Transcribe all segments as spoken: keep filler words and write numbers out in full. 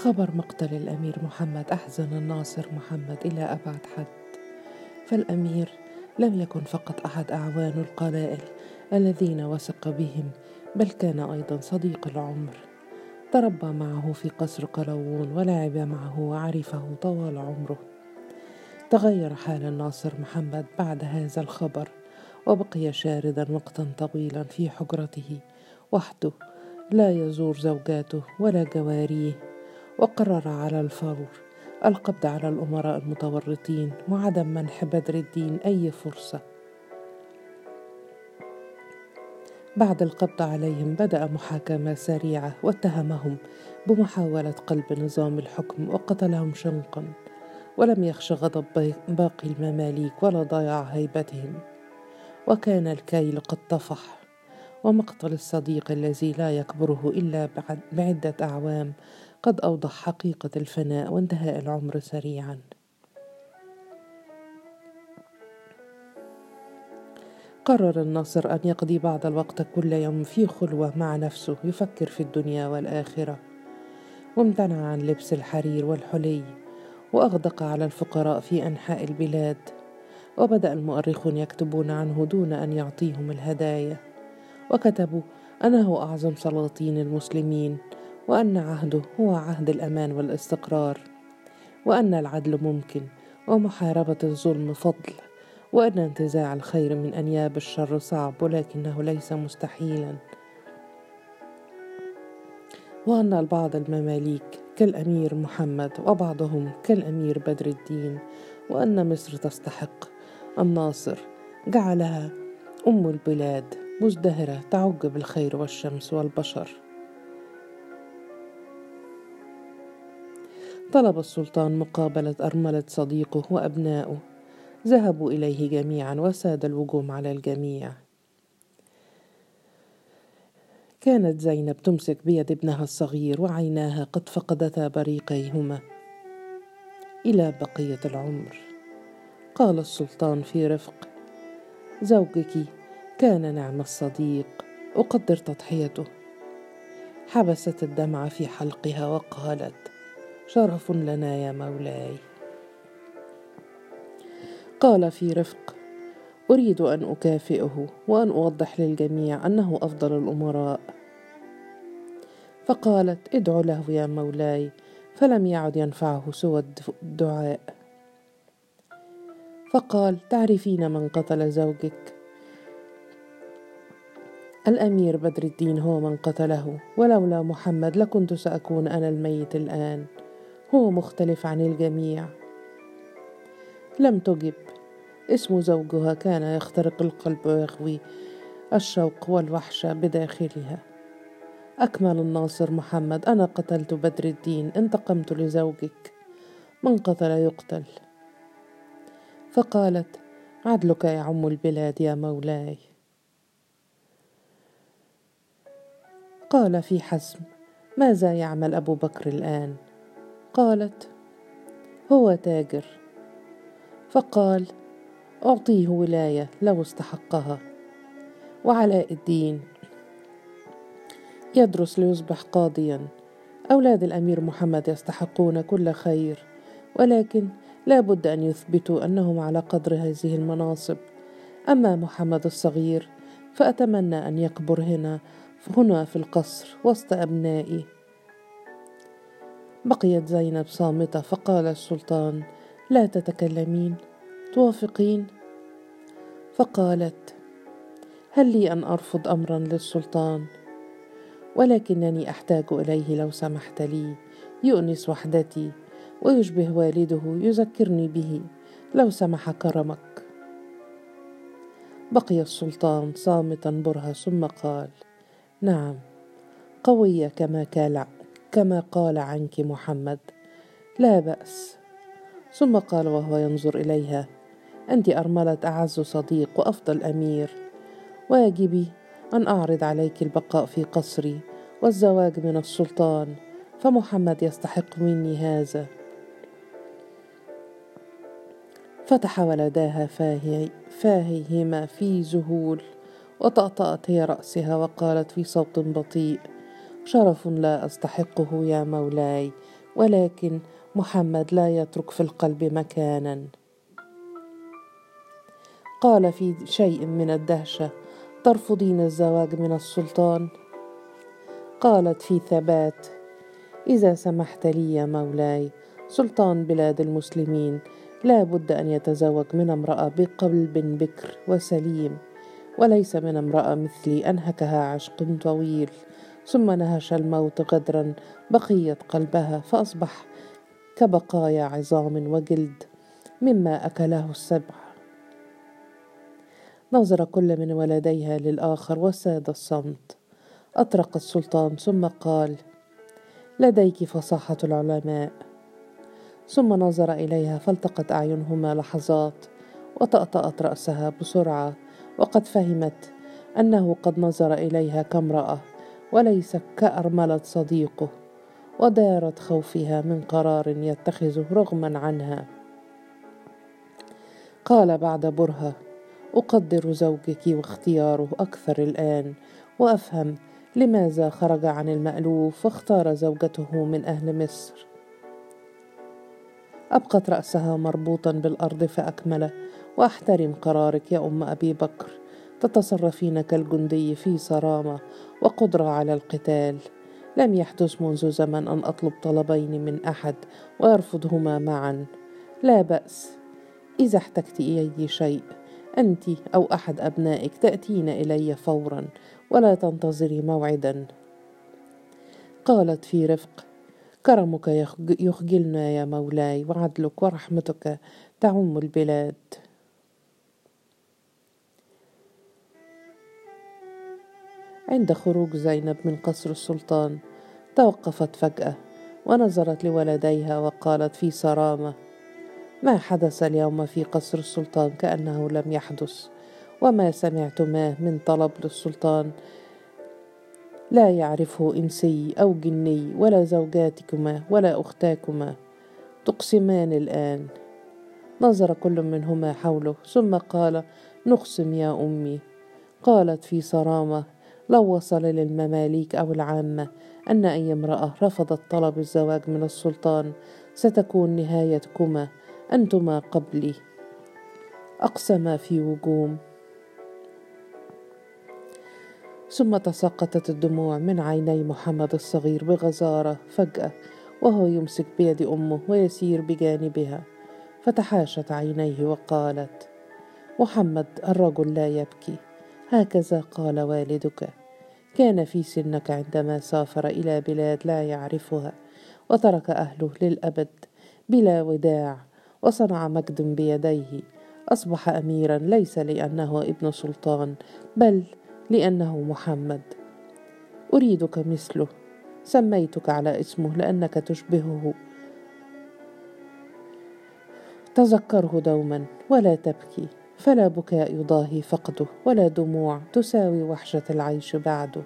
خبر مقتل الأمير محمد أحزن الناصر محمد إلى أبعد حد، فالأمير لم يكن فقط أحد أعوان القبائل الذين وثق بهم، بل كان أيضا صديق العمر. تربى معه في قصر قلاوون ولعب معه وعرفه طوال عمره. تغير حال الناصر محمد بعد هذا الخبر، وبقي شاردا وقتا طويلا في حجرته وحده، لا يزور زوجاته ولا جواريه. وقرر على الفور القبض على الأمراء المتورطين وعدم منح بدر الدين أي فرصة. بعد القبض عليهم بدأ محاكمة سريعة، واتهمهم بمحاولة قلب نظام الحكم وقتلهم شنقا، ولم يخش غضب باقي المماليك ولا ضياع هيبتهم. وكان الكيل قد طفح، ومقتل الصديق الذي لا يكبره إلا بعد بعدة أعوام قد أوضح حقيقة الفناء وانتهاء العمر سريعا. قرر الناصر أن يقضي بعض الوقت كل يوم في خلوة مع نفسه يفكر في الدنيا والآخرة، وامتنع عن لبس الحرير والحلي، وأغدق على الفقراء في أنحاء البلاد. وبدأ المؤرخون يكتبون عنه دون أن يعطيهم الهدايا، وكتبوا أنه أعظم سلاطين المسلمين، وأن عهده هو عهد الأمان والاستقرار، وأن العدل ممكن، ومحاربة الظلم فضل، وأن انتزاع الخير من أنياب الشر صعب ولكنه ليس مستحيلا، وأن البعض المماليك كالأمير محمد وبعضهم كالأمير بدر الدين، وأن مصر تستحق الناصر، جعلها أم البلاد مزدهرة تعج بالخير والشمس والبشر. طلب السلطان مقابلة أرملة صديقه وأبنائه، ذهبوا إليه جميعا وساد الوجوم على الجميع. كانت زينب تمسك بيد ابنها الصغير، وعيناها قد فقدتا بريقيهما إلى بقية العمر. قال السلطان في رفق: زوجك كان نعم الصديق، أقدر تضحيته. حبست الدمع في حلقها وقالت: شرف لنا يا مولاي. قال في رفق: أريد أن أكافئه وأن أوضح للجميع أنه أفضل الأمراء. فقالت: ادع له يا مولاي. فلم يعد ينفعه سوى الدعاء. فقال: تعرفين من قتل زوجك؟ الأمير بدر الدين هو من قتله، ولولا محمد لكنت سأكون أنا الميت الآن. هو مختلف عن الجميع. لم تجب. اسم زوجها كان يخترق القلب ويغوي الشوق والوحشة بداخلها. أكمل الناصر محمد: أنا قتلت بدر الدين، انتقمت لزوجك، من قتل يقتل. فقالت: عدلك يعم البلاد يا مولاي. قال في حزم: ماذا يعمل أبو بكر الآن؟ قالت: هو تاجر. فقال: أعطيه ولاية لو استحقها. وعلاء الدين يدرس ليصبح قاضيا. أولاد الأمير محمد يستحقون كل خير، ولكن لا بد أن يثبتوا أنهم على قدر هذه المناصب. أما محمد الصغير فأتمنى أن يكبر هنا هنا في القصر وسط أبنائي. بقيت زينب صامتة، فقال السلطان: لا تتكلمين، توافقين؟ فقالت: هل لي أن أرفض أمرا للسلطان؟ ولكنني أحتاج إليه لو سمحت لي، يؤنس وحدتي ويشبه والده، يذكرني به، لو سمح كرمك. بقي السلطان صامتا برهة، ثم قال: نعم، قوية كما قال كما قال عنك محمد، لا بأس. ثم قال وهو ينظر إليها: أنت أرملة أعز صديق وأفضل أمير، واجبي أن أعرض عليك البقاء في قصري والزواج من السلطان، فمحمد يستحق مني هذا. فتح ولداها فاهي فاهيهما في ذهول، وطأطأت هي رأسها وقالت في صوت بطيء: شرف لا أستحقه يا مولاي، ولكن محمد لا يترك في القلب مكانا. قال في شيء من الدهشة: ترفضين الزواج من السلطان؟ قالت في ثبات: إذا سمحت لي يا مولاي، سلطان بلاد المسلمين لا بد أن يتزوج من امرأة بقلب بكر وسليم، وليس من امرأة مثلي أنهكها عشق طويل ثم نهش الموت غدرا بقية قلبها فأصبح كبقايا عظام وجلد مما أكله السبع. نظر كل من ولديها للآخر وساد الصمت. أطرق السلطان ثم قال: لديك فصاحة العلماء. ثم نظر إليها فالتقت أعينهما لحظات، وطأطأت رأسها بسرعة، وقد فهمت أنه قد نظر إليها كامرأة وليس كأرملة صديقه، ودارت خوفها من قرار يتخذه رغما عنها. قال بعد برهة: أقدر زوجك واختياره أكثر الآن، وأفهم لماذا خرج عن المألوف واختار زوجته من أهل مصر. أبقت رأسها مربوطا بالأرض فأكمل: وأحترم قرارك يا أم أبي بكر، تتصرفين كالجندي في صرامة وقدرة على القتال. لم يحدث منذ زمن أن أطلب طلبين من أحد ويرفضهما معا. لا بأس، إذا احتجت إلي شيء أنت أو أحد أبنائك تأتين إلي فورا ولا تنتظري موعدا. قالت في رفق: كرمك يخجلنا يا مولاي، وعدلك ورحمتك تعم البلاد. عند خروج زينب من قصر السلطان توقفت فجأة ونظرت لولديها وقالت في صرامة: ما حدث اليوم في قصر السلطان كأنه لم يحدث، وما سمعتماه من طلب للسلطان لا يعرفه إنسي أو جني، ولا زوجاتكما ولا أختاكما تقسمان الآن. نظر كل منهما حوله ثم قال: نقسم يا أمي. قالت في صرامة: لو وصل للمماليك أو العامة أن أي امرأة رفضت طلب الزواج من السلطان ستكون نهايتكما أنتما قبلي. أقسما في وجوم. ثم تساقطت الدموع من عيني محمد الصغير بغزارة فجأة وهو يمسك بيد أمه ويسير بجانبها، فتحاشت عينيه وقالت: محمد الرجل لا يبكي، هكذا قال والدك. كان في سنك عندما سافر إلى بلاد لا يعرفها وترك أهله للأبد بلا وداع وصنع مجد بيديه. أصبح أميرا ليس لأنه ابن سلطان بل لأنه محمد. أريدك مثله، سميتك على اسمه لأنك تشبهه. تذكره دوما ولا تبكي، فلا بكاء يضاهي فقده ولا دموع تساوي وحشة العيش بعده.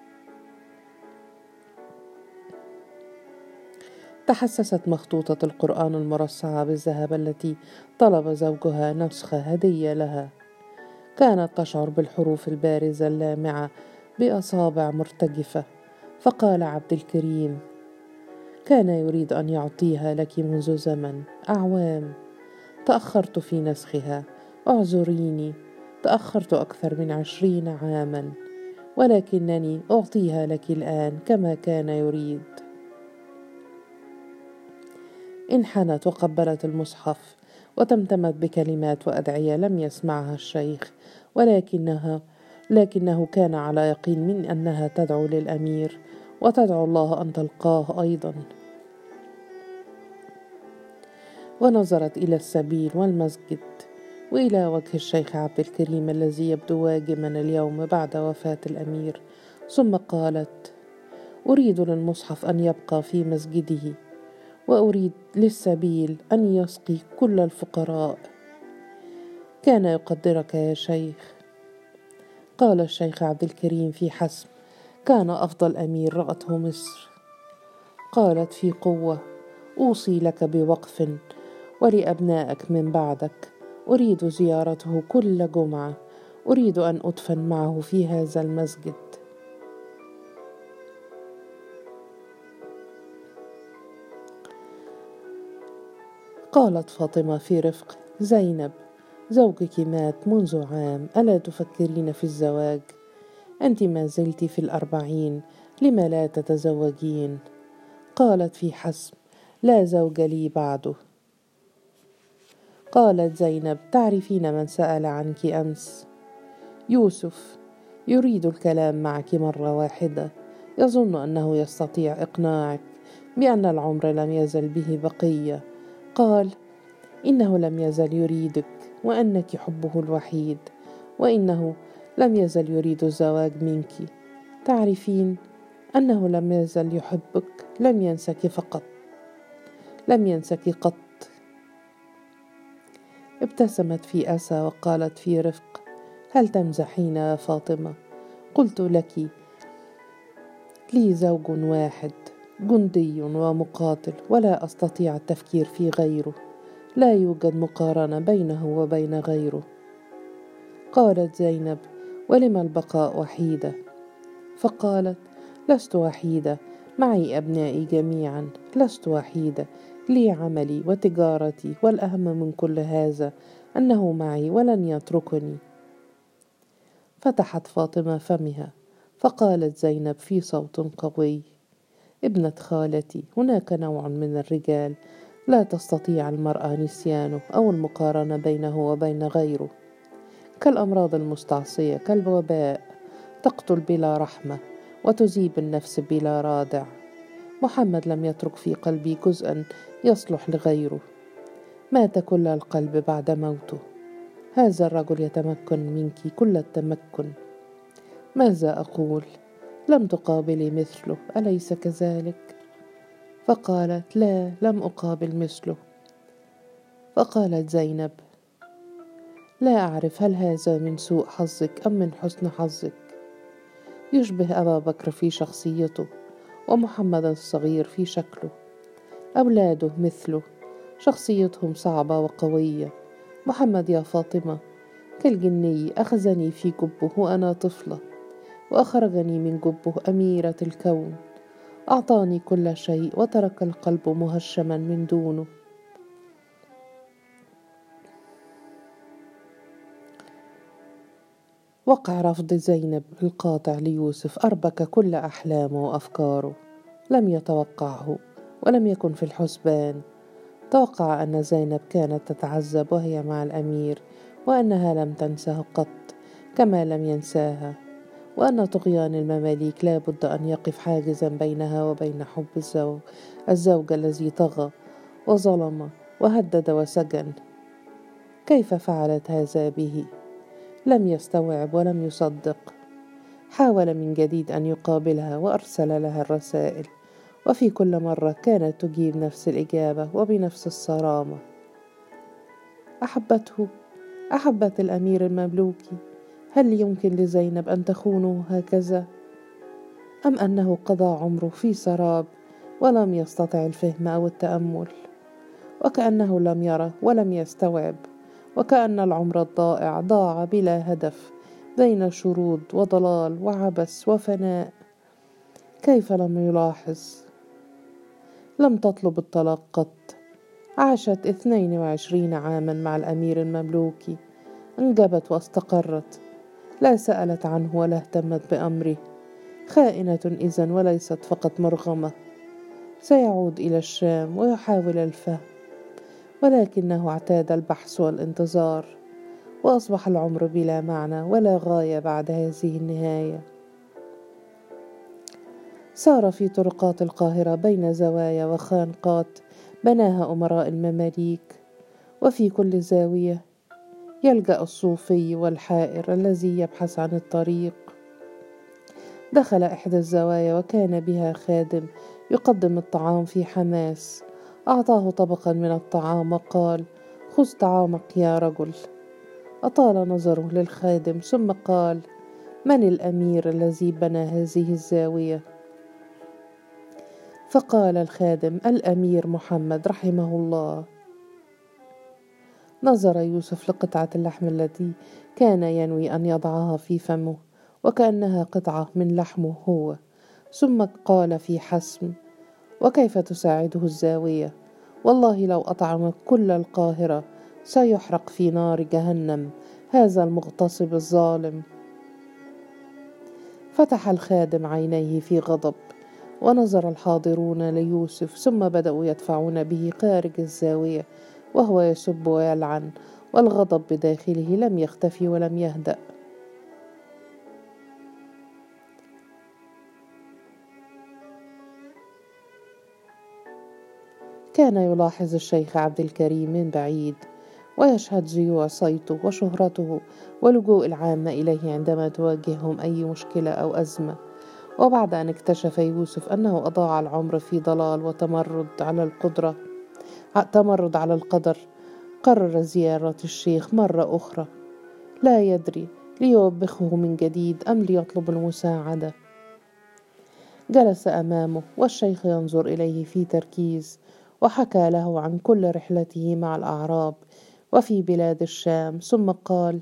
تحسست مخطوطة القرآن المرصعة بالذهب التي طلب زوجها نسخة هدية لها. كانت تشعر بالحروف البارزة اللامعة بأصابع مرتجفة. فقال عبد الكريم: كان يريد أن يعطيها لك منذ زمن أعوام، تأخرت في نسخها، اعذريني، تأخرت أكثر من عشرين عاما، ولكنني أعطيها لك الآن كما كان يريد. انحنت وقبلت المصحف وتمتمت بكلمات وأدعية لم يسمعها الشيخ، ولكنها لكنه كان على يقين من أنها تدعو للأمير وتدعو الله أن تلقاه أيضا. ونظرت إلى السبيل والمسجد وإلى وجه الشيخ عبد الكريم الذي يبدو واجما اليوم بعد وفاة الأمير، ثم قالت: أريد للمصحف أن يبقى في مسجده، وأريد للسبيل أن يسقي كل الفقراء. كان يقدرك يا شيخ. قال الشيخ عبد الكريم في حسم: كان أفضل أمير رأته مصر. قالت في قوة: أوصي لك بوقف ولأبنائك من بعدك، أريد زيارته كل جمعة، أريد أن أدفن معه في هذا المسجد. قالت فاطمة في رفق: زينب، زوجك مات منذ عام، ألا تفكرين في الزواج؟ أنت ما زلت في الأربعين، لم لا تتزوجين؟ قالت في حسم: لا زوج لي بعده. قالت زينب: تعرفين من سأل عنك أمس؟ يوسف، يريد الكلام معك مرة واحدة، يظن أنه يستطيع إقناعك بأن العمر لم يزل به بقية. قال: إنه لم يزل يريدك، وأنك حبه الوحيد، وإنه لم يزل يريد الزواج منك. تعرفين أنه لم يزل يحبك، لم ينسك فقط لم ينسك قط. ابتسمت في أسى وقالت في رفق: هل تمزحين يا فاطمة؟ قلت لك لي زوج واحد، جندي ومقاتل، ولا أستطيع التفكير في غيره، لا يوجد مقارنة بينه وبين غيره. قالت زينب: ولم البقاء وحيدة؟ فقالت: لست وحيدة، معي أبنائي جميعا، لست وحيدة، لي عملي وتجارتي، والأهم من كل هذا أنه معي ولن يتركني. فتحت فاطمة فمها فقالت زينب في صوت قوي: ابنة خالتي، هناك نوع من الرجال لا تستطيع المرأة نسيانه أو المقارنة بينه وبين غيره، كالأمراض المستعصية، كالوباء، تقتل بلا رحمة وتذيب النفس بلا رادع. محمد لم يترك في قلبي جزءا يصلح لغيره، مات كل القلب بعد موته. هذا الرجل يتمكن منك كل التمكن. ماذا أقول؟ لم تقابلي مثله، أليس كذلك؟ فقالت: لا، لم أقابل مثله. فقالت زينب: لا أعرف هل هذا من سوء حظك أم من حسن حظك. يشبه أبا بكر في شخصيته، ومحمد الصغير في شكله، أولاده مثله، شخصيتهم صعبة وقوية. محمد يا فاطمة كالجني، أخذني في جبه وأنا طفلة، وأخرجني من جبه أميرة الكون، أعطاني كل شيء وترك القلب مهشما من دونه. وقع رفض زينب القاطع ليوسف أربك كل أحلامه وأفكاره، لم يتوقعه ولم يكن في الحسبان. توقع أن زينب كانت تتعذب وهي مع الأمير، وأنها لم تنسه قط كما لم ينساها، وأن طغيان المماليك لا بد أن يقف حاجزا بينها وبين حب الزوج الزوج الذي طغى وظلم وهدد وسجن. كيف فعلت هذا به؟ لم يستوعب ولم يصدق. حاول من جديد أن يقابلها وأرسل لها الرسائل، وفي كل مرة كانت تجيب نفس الإجابة وبنفس الصرامة. أحبته، أحبت الأمير المملوكي. هل يمكن لزينب أن تخونه هكذا؟ أم أنه قضى عمره في سراب ولم يستطع الفهم أو التأمل، وكأنه لم يره ولم يستوعب، وكأن العمر الضائع ضاع بلا هدف بين شرود وضلال وعبث وفناء. كيف لم يلاحظ؟ لم تطلب الطلاق قط، عاشت اثنين وعشرين عاما مع الأمير المملوكي، انجبت واستقرت، لا سألت عنه ولا اهتمت بأمره. خائنة إذن وليست فقط مرغمة. سيعود إلى الشام ويحاول الفهم، ولكنه اعتاد البحث والانتظار، وأصبح العمر بلا معنى ولا غاية بعد هذه النهاية. سار في طرقات القاهرة بين زوايا وخانقات بناها أمراء المماليك، وفي كل زاوية يلجأ الصوفي والحائر الذي يبحث عن الطريق. دخل إحدى الزوايا وكان بها خادم يقدم الطعام في حماس. أعطاه طبقا من الطعام وقال: خذ طعامك يا رجل. أطال نظره للخادم ثم قال: من الأمير الذي بنى هذه الزاوية؟ فقال الخادم: الأمير محمد رحمه الله. نظر يوسف لقطعة اللحم التي كان ينوي أن يضعها في فمه، وكأنها قطعة من لحمه هو، ثم قال في حسم: وكيف تساعده الزاوية؟ والله لو أطعم كل القاهرة سيحرق في نار جهنم هذا المغتصب الظالم. فتح الخادم عينيه في غضب، ونظر الحاضرون ليوسف، ثم بدأوا يدفعون به خارج الزاوية وهو يسب ويلعن، والغضب بداخله لم يختفي ولم يهدأ. كان يلاحظ الشيخ عبد الكريم من بعيد، ويشهد جيوع صيته وشهرته ولجوء العامة إليه عندما تواجههم أي مشكلة أو أزمة. وبعد أن اكتشف يوسف أنه أضاع العمر في ضلال وتمرد على القدرة تمرد على القدر، قرر زيارة الشيخ مرة أخرى، لا يدري ليوبخه من جديد أم ليطلب المساعدة. جلس أمامه والشيخ ينظر إليه في تركيز، وحكى له عن كل رحلته مع الأعراب وفي بلاد الشام، ثم قال: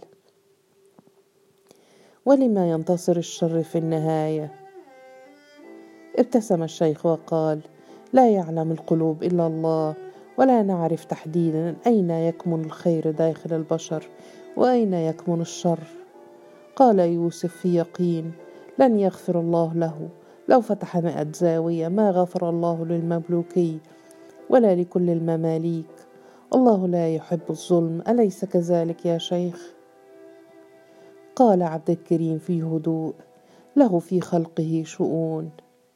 ولما ينتصر الشر في النهاية؟ ابتسم الشيخ وقال: لا يعلم القلوب إلا الله، ولا نعرف تحديدا أين يكمن الخير داخل البشر وأين يكمن الشر. قال يوسف في يقين: لن يغفر الله له، لو فتح مئة زاوية ما غفر الله للمملوكي ولا لكل المماليك. الله لا يحب الظلم، أليس كذلك يا شيخ؟ قال عبد الكريم في هدوء: له في خلقه شؤون.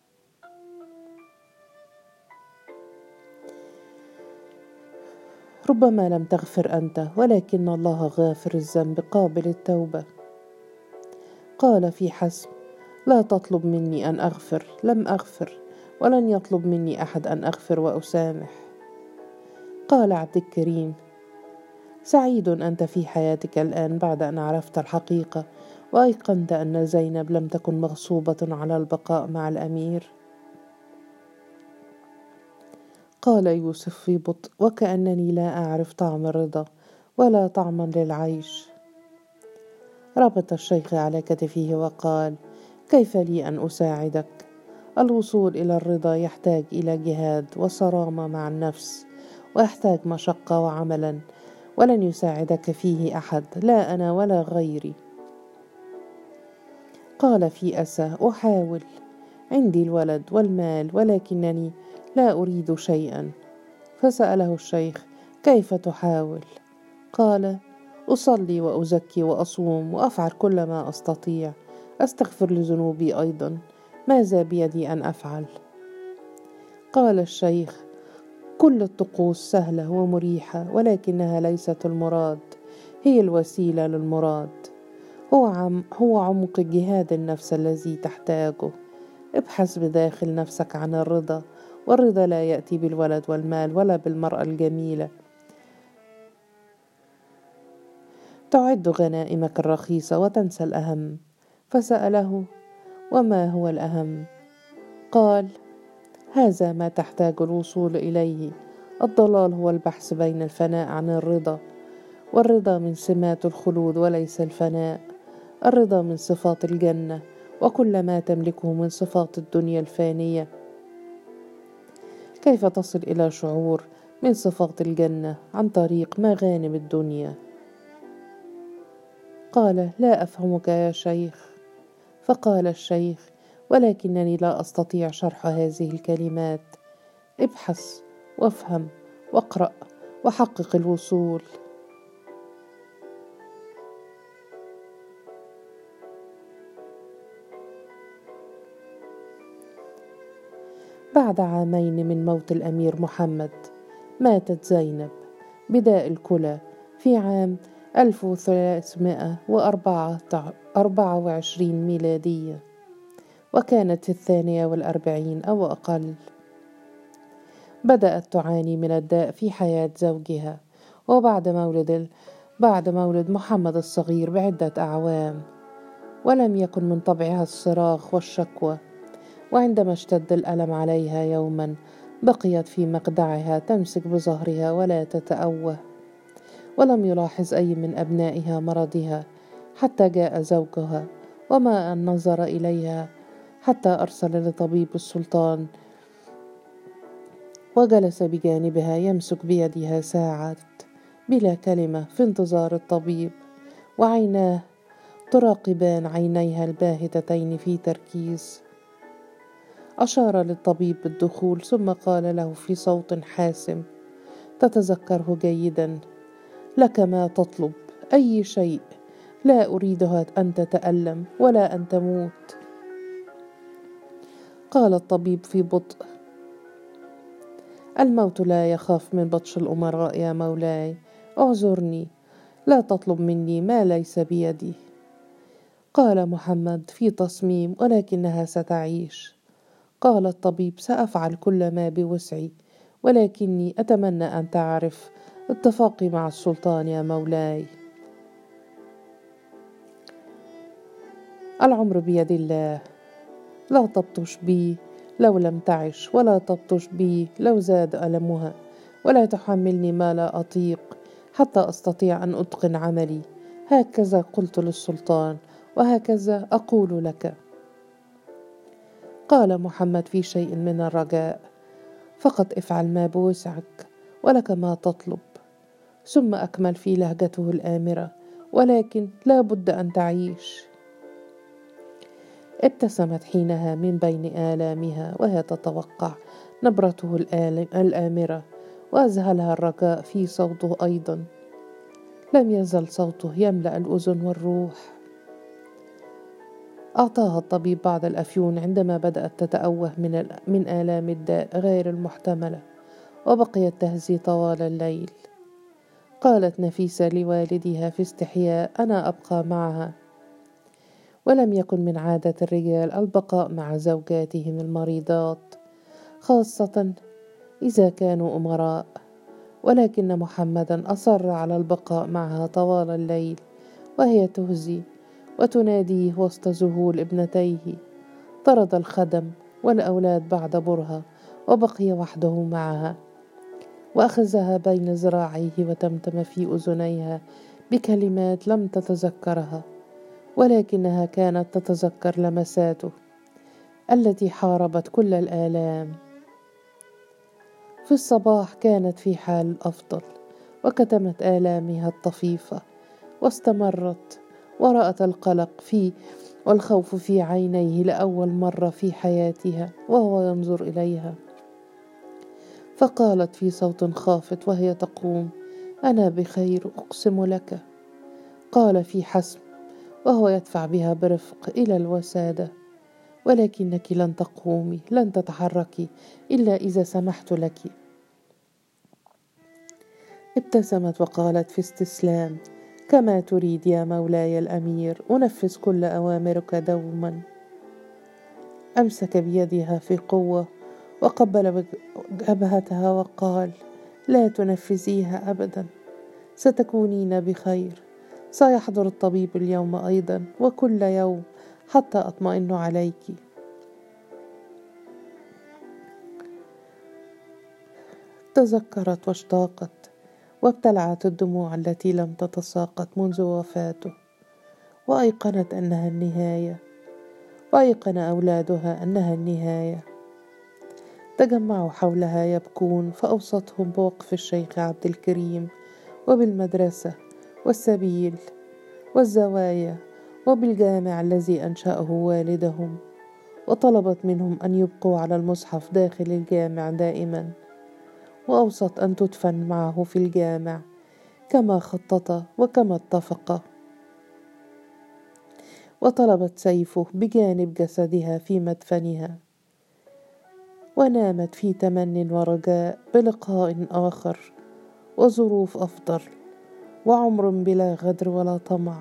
ربما لم تغفر أنت، ولكن الله غافر الذنب قابل التوبة. قال في حسم: لا تطلب مني أن أغفر، لم أغفر، ولن يطلب مني أحد أن أغفر وأسامح. قال عبد الكريم: سعيد أنت في حياتك الآن بعد أن عرفت الحقيقة وأيقنت أن زينب لم تكن مغصوبة على البقاء مع الأمير. قال يوسف في بطء وكأنني لا أعرف طعم الرضا ولا طعما للعيش. ربط الشيخ على كتفه وقال: كيف لي أن أساعدك؟ الوصول إلى الرضا يحتاج إلى جهاد وصرامة مع النفس، ويحتاج مشقة وعملا، ولن يساعدك فيه أحد، لا أنا ولا غيري. قال في أسى: أحاول، عندي الولد والمال، ولكنني لا أريد شيئا. فسأله الشيخ: كيف تحاول؟ قال: أصلي وأزكي وأصوم وأفعل كل ما أستطيع، أستغفر لذنوبي أيضا، ماذا بيدي أن أفعل؟ قال الشيخ: كل الطقوس سهلة ومريحة، ولكنها ليست المراد، هي الوسيلة للمراد. هو عم هو عمق جهاد النفس الذي تحتاجه. ابحث بداخل نفسك عن الرضا، والرضا لا يأتي بالولد والمال ولا بالمرأة الجميلة. تعد غنائمك الرخيصة وتنسى الأهم. فسأله: وما هو الأهم؟ قال: هذا ما تحتاج الوصول إليه. الضلال هو البحث بين الفناء عن الرضا، والرضا من سمات الخلود وليس الفناء. الرضا من صفات الجنة، وكل ما تملكه من صفات الدنيا الفانية. كيف تصل إلى شعور من صفات الجنة عن طريق مغانم الدنيا؟ قال: لا أفهمك يا شيخ. فقال الشيخ: ولكنني لا أستطيع شرح هذه الكلمات. ابحث وافهم واقرأ وحقق الوصول. بعد عامين من موت الأمير محمد، ماتت زينب بداء الكلى في عام ألف وثلاثمائة وأربعة وعشرين ميلادية، وكانت في الثانية والأربعين أو أقل. بدأت تعاني من الداء في حياة زوجها، وبعد مولد بعد مولد محمد الصغير بعدة أعوام، ولم يكن من طبعها الصراخ والشكوى. وعندما اشتد الألم عليها يوما، بقيت في مقدعها تمسك بظهرها ولا تتأوه، ولم يلاحظ أي من أبنائها مرضها حتى جاء زوجها، وما أن نظر إليها حتى أرسل لطبيب السلطان وجلس بجانبها يمسك بيدها ساعات بلا كلمة في انتظار الطبيب، وعيناه تراقبان عينيها الباهتتين في تركيز. أشار للطبيب بالدخول، ثم قال له في صوت حاسم تتذكره جيدا: لك ما تطلب، أي شيء، لا أريدها أن تتألم ولا أن تموت. قال الطبيب في بطء: الموت لا يخاف من بطش الأمراء يا مولاي، اعذرني، لا تطلب مني ما ليس بيدي. قال محمد في تصميم: ولكنها ستعيش. قال الطبيب: سأفعل كل ما بوسعي، ولكني أتمنى أن تعرف اتفاقي مع السلطان يا مولاي. العمر بيد الله، لا تبطش بي لو لم تعش، ولا تبطش بي لو زاد ألمها، ولا تحملني ما لا أطيق حتى أستطيع أن أتقن عملي. هكذا قلت للسلطان، وهكذا أقول لك. قال محمد في شيء من الرجاء: فقط افعل ما بوسعك، ولك ما تطلب. ثم أكمل في لهجته الآمرة: ولكن لا بد أن تعيش. ابتسمت حينها من بين آلامها وهي تتوقع نبرته الآمرة، وأذهلها الرجاء في صوته أيضا. لم يزل صوته يملأ الأذن والروح. أعطاها الطبيب بعض الأفيون عندما بدأت تتأوه من, من آلام الداء غير المحتملة، وبقيت تهزي طوال الليل. قالت نفيسة لوالدها في استحياء: أنا أبقى معها. ولم يكن من عادة الرجال البقاء مع زوجاتهم المريضات، خاصة إذا كانوا أمراء، ولكن محمدا أصر على البقاء معها طوال الليل، وهي تهزي وتناديه وسط ذهول ابنتيه. طرد الخدم والأولاد بعد برهة، وبقي وحده معها، وأخذها بين ذراعيه وتمتم في أذنيها بكلمات لم تتذكرها، ولكنها كانت تتذكر لمساته التي حاربت كل الآلام. في الصباح كانت في حال أفضل، وكتمت آلامها الطفيفة، واستمرت، ورأت القلق في والخوف في عينيه لأول مرة في حياتها وهو ينظر إليها. فقالت في صوت خافت وهي تقوم: أنا بخير، أقسم لك. قال في حسم وهو يدفع بها برفق إلى الوسادة: ولكنك لن تقومي، لن تتحركي إلا إذا سمحت لك. ابتسمت وقالت في استسلام: كما تريد يا مولاي الأمير، أنفذ كل أوامرك دوما. أمسك بيدها في قوة وقبل جبهتها وقال: لا تنفذيها أبدا، ستكونين بخير. سيحضر الطبيب اليوم أيضا وكل يوم حتى أطمئن عليك. تذكرت واشتاقت، وابتلعت الدموع التي لم تتساقط منذ وفاته، وأيقنت أنها النهاية، وأيقن أولادها أنها النهاية. تجمعوا حولها يبكون، فأوصتهم بوقف الشيخ عبد الكريم، وبالمدرسة والسبيل والزوايا، وبالجامع الذي أنشأه والدهم، وطلبت منهم أن يبقوا على المصحف داخل الجامع دائما، وأوصت أن تدفن معه في الجامع كما خطط وكما اتفق، وطلبت سيفه بجانب جسدها في مدفنها، ونامت في تمن ورجاء بلقاء آخر وظروف أفضل وعمر بلا غدر ولا طمع.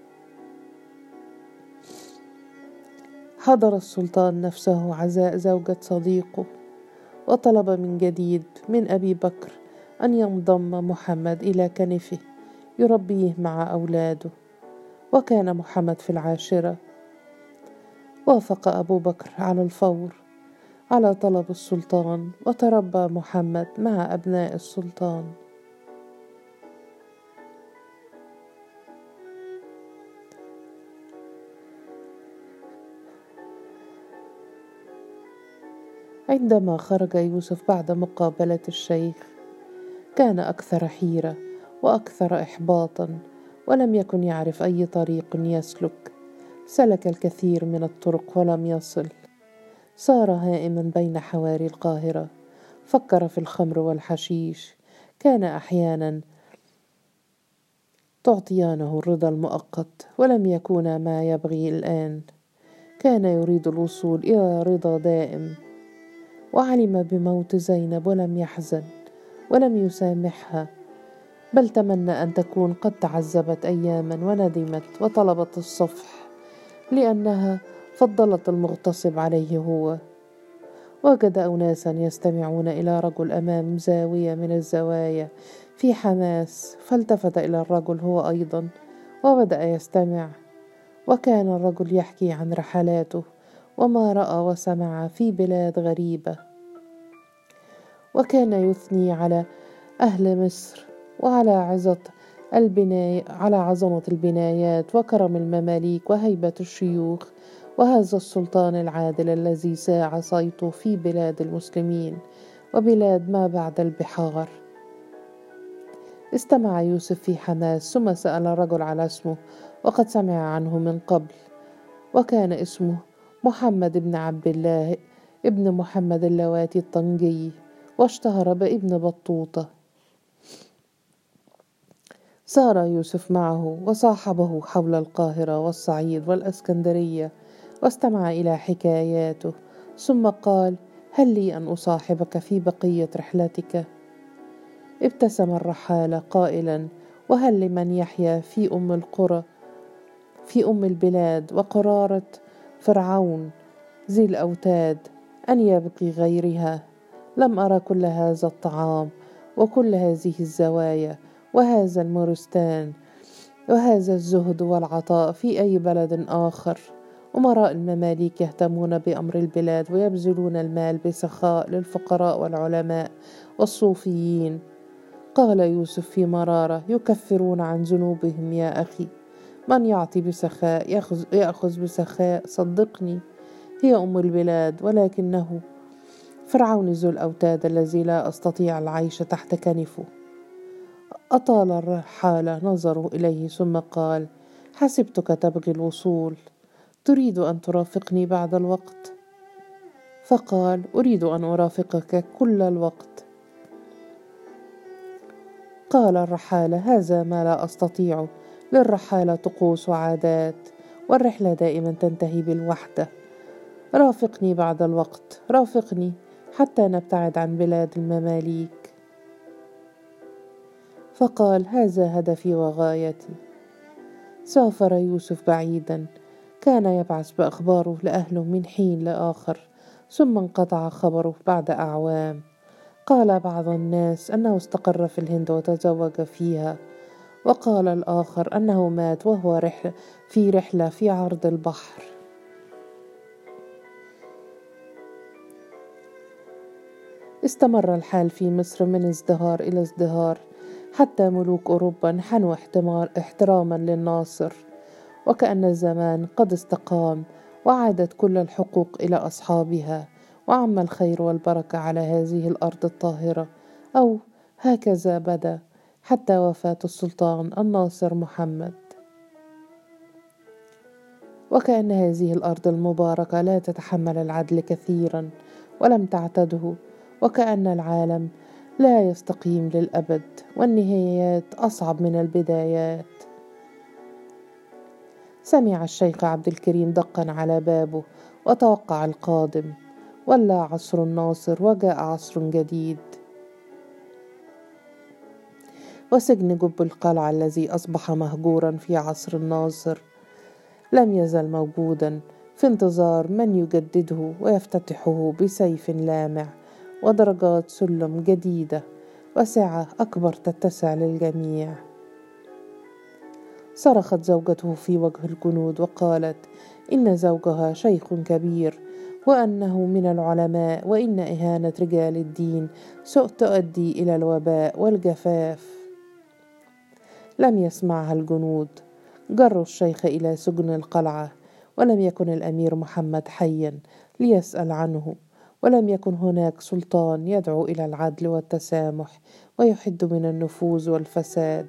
حضر السلطان نفسه عزاء زوجة صديقه، وطلب من جديد من أبي بكر أن ينضم محمد إلى كنفه يربيه مع أولاده، وكان محمد في العاشرة. وافق أبو بكر على الفور على طلب السلطان، وتربى محمد مع أبناء السلطان. عندما خرج يوسف بعد مقابلة الشيخ كان أكثر حيرة وأكثر إحباطا، ولم يكن يعرف أي طريق يسلك. سلك الكثير من الطرق ولم يصل. صار هائما بين حواري القاهرة، فكر في الخمر والحشيش. كان أحيانا تعطيانه الرضا المؤقت ولم يكونا ما يبغي الآن. كان يريد الوصول إلى رضا دائم، وعلم بموت زينب ولم يحزن ولم يسامحها، بل تمنى أن تكون قد تعذبت أياما وندمت وطلبت الصفح لأنها فضلت المغتصب عليه هو. وجد أناسا يستمعون إلى رجل أمام زاوية من الزوايا في حماس، فالتفت إلى الرجل هو أيضا وبدأ يستمع. وكان الرجل يحكي عن رحلاته وما رأى وسمع في بلاد غريبة، وكان يثني على أهل مصر وعلى عظة البناية على عظمة البنايات وكرم المماليك وهيبة الشيوخ وهذا السلطان العادل الذي ساع صيته في بلاد المسلمين وبلاد ما بعد البحار. استمع يوسف في حماس، ثم سأل الرجل على اسمه، وقد سمع عنه من قبل، وكان اسمه محمد بن عبد الله ابن محمد اللواتي الطنجي، واشتهر بابن بطوطة. سار يوسف معه وصاحبه حول القاهرة والصعيد والأسكندرية، واستمع إلى حكاياته، ثم قال: هل لي أن أصاحبك في بقية رحلتك؟ ابتسم الرحالة قائلا: وهل لمن يحيا في أم القرى في أم البلاد وقرارة فرعون ذي الأوتاد أن يبقي غيرها؟ لم أرى كل هذا الطعام وكل هذه الزوايا وهذا المورستان وهذا الزهد والعطاء في أي بلد آخر. أمراء المماليك يهتمون بأمر البلاد ويبذلون المال بسخاء للفقراء والعلماء والصوفيين. قال يوسف في مرارة: يكفرون عن ذنوبهم يا أخي. من يعطي بسخاء يأخذ, يأخذ بسخاء. صدقني، هي أم البلاد، ولكنه فرعون ذو الأوتاد الذي لا أستطيع العيش تحت كنفه. أطال الرحالة نظره إليه ثم قال: حسبتك تبغي الوصول، تريد أن ترافقني بعد الوقت؟ فقال: أريد أن أرافقك كل الوقت. قال الرحالة: هذا ما لا أستطيع، للرحالة طقوس وعادات، والرحلة دائما تنتهي بالوحدة. رافقني بعد الوقت، رافقني حتى نبتعد عن بلاد المماليك. فقال: هذا هدفي وغايتي. سافر يوسف بعيدا، كان يبعث بأخباره لأهله من حين لآخر، ثم انقطع خبره بعد أعوام. قال بعض الناس أنه استقر في الهند وتزوج فيها، وقال الآخر أنه مات وهو رحلة في رحلة في عرض البحر. استمر الحال في مصر من ازدهار إلى ازدهار، حتى ملوك أوروبا انحنوا احتراما للناصر، وكأن الزمان قد استقام وعادت كل الحقوق إلى أصحابها، وعم الخير والبركة على هذه الأرض الطاهرة، أو هكذا بدا حتى وفاة السلطان الناصر محمد. وكأن هذه الأرض المباركة لا تتحمل العدل كثيرا ولم تعتده، وكأن العالم لا يستقيم للأبد، والنهايات أصعب من البدايات. سمع الشيخ عبد الكريم دقا على بابه وتوقع القادم. ولى عصر الناصر وجاء عصر جديد، وسجن جب القلعة الذي أصبح مهجورا في عصر الناصر لم يزل موجودا في انتظار من يجدده ويفتتحه بسيف لامع ودرجات سلم جديدة وسعة أكبر تتسع للجميع. صرخت زوجته في وجه الجنود وقالت إن زوجها شيخ كبير، وأنه من العلماء، وإن إهانة رجال الدين ستؤدي إلى الوباء والجفاف. لم يسمعها الجنود، جروا الشيخ إلى سجن القلعة، ولم يكن الأمير محمد حيا ليسأل عنه، ولم يكن هناك سلطان يدعو إلى العدل والتسامح ويحد من النفوذ والفساد.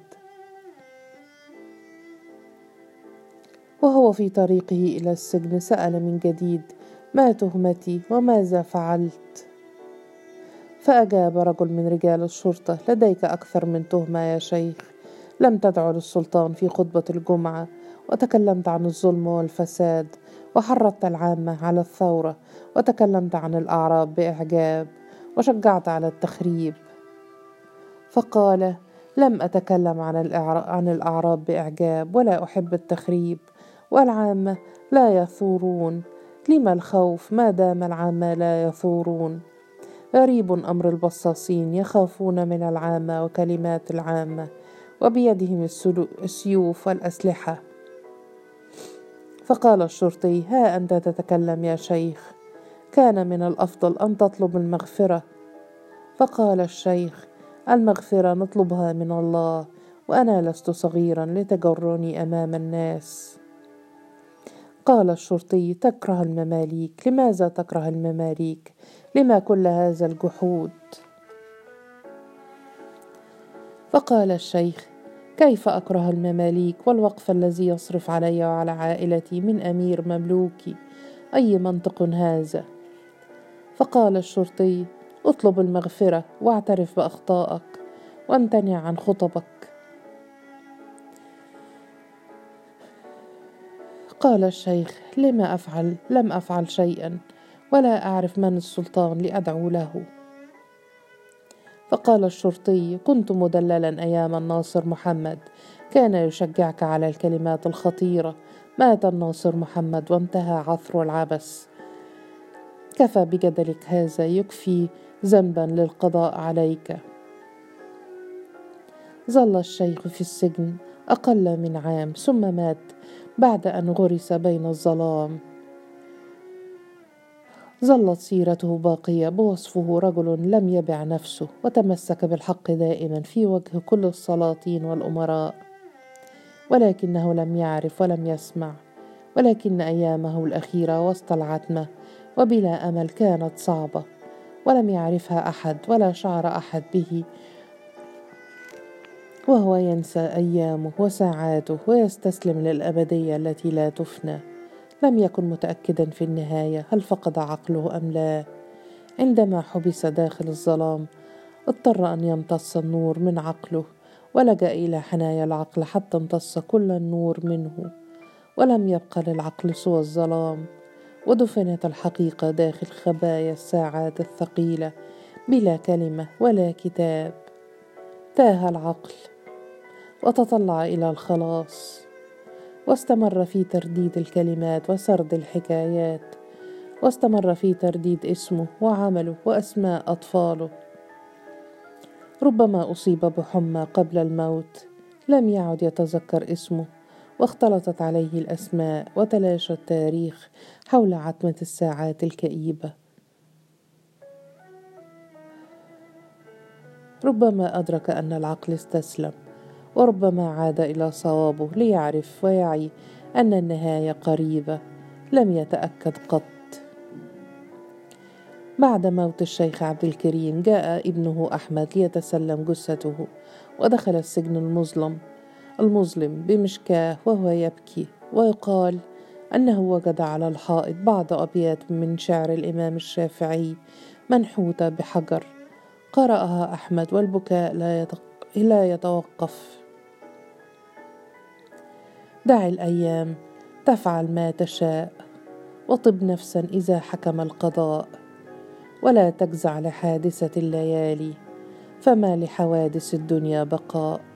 وهو في طريقه إلى السجن سأل من جديد: ما تهمتي وماذا فعلت؟ فأجاب رجل من رجال الشرطة: لديك أكثر من تهمة يا شيخ. لم تدع للسلطان في خطبة الجمعة، وتكلمت عن الظلم والفساد، وحرضت العامة على الثورة، وتكلمت عن الأعراب بإعجاب، وشجعت على التخريب. فقال: لم أتكلم عن عن الأعراب بإعجاب، ولا أحب التخريب، والعامة لا يثورون. لما الخوف ما دام العامة لا يثورون؟ غريب أمر البصاصين، يخافون من العامة وكلمات العامة، وبيدهم السيوف والأسلحة. فقال الشرطي: ها أنت تتكلم يا شيخ، كان من الأفضل أن تطلب المغفرة. فقال الشيخ: المغفرة نطلبها من الله، وأنا لست صغيرا لتجرني أمام الناس. قال الشرطي: تكره المماليك. لماذا تكره المماليك؟ لما كل هذا الجحود؟ فقال الشيخ: كيف أكره المماليك والوقف الذي يصرف علي وعلى عائلتي من أمير مملوكي؟ أي منطق هذا؟ فقال الشرطي: اطلب المغفرة واعترف بأخطائك وامتنع عن خطبك. قال الشيخ: لما أفعل؟ لم أفعل شيئا، ولا أعرف من السلطان لأدعو له. فقال الشرطي: كنت مدللا أيام الناصر محمد، كان يشجعك على الكلمات الخطيرة. مات الناصر محمد وانتهى عصر العبث. كفى بجدلك هذا، يكفي ذنبا للقضاء عليك. ظل الشيخ في السجن أقل من عام، ثم مات بعد أن غرس بين الظلام. ظلت سيرته باقية بوصفه رجل لم يبع نفسه، وتمسك بالحق دائما في وجه كل السلاطين والأمراء، ولكنه لم يعرف ولم يسمع. ولكن أيامه الأخيرة وسط العتمة وبلا أمل كانت صعبة، ولم يعرفها أحد ولا شعر أحد به، وهو ينسى أيامه وساعاته ويستسلم للأبدية التي لا تفنى. لم يكن متأكدا في النهاية هل فقد عقله أم لا. عندما حبس داخل الظلام اضطر أن يمتص النور من عقله، ولجأ إلى حنايا العقل حتى امتص كل النور منه، ولم يبق للعقل سوى الظلام. ودفنت الحقيقة داخل خبايا الساعات الثقيلة بلا كلمة ولا كتاب. تاه العقل وتطلع إلى الخلاص، واستمر في ترديد الكلمات وسرد الحكايات، واستمر في ترديد اسمه وعمله وأسماء أطفاله. ربما أصيب بحمى قبل الموت، لم يعد يتذكر اسمه، واختلطت عليه الأسماء وتلاشى التاريخ حول عتمة الساعات الكئيبة. ربما أدرك أن العقل استسلم، وربما عاد إلى صوابه ليعرف ويعي أن النهاية قريبة. لم يتأكد قط. بعد موت الشيخ عبد الكريم جاء ابنه أحمد ليتسلم جثته، ودخل السجن المظلم المظلم بمشكاه وهو يبكي، ويقال أنه وجد على الحائط بعض أبيات من شعر الإمام الشافعي منحوتة بحجر. قرأها أحمد والبكاء لا, يتق... لا يتوقف. دع الأيام تفعل ما تشاء، وطب نفسا إذا حكم القضاء، ولا تجزع لحادثة الليالي، فما لحوادث الدنيا بقاء.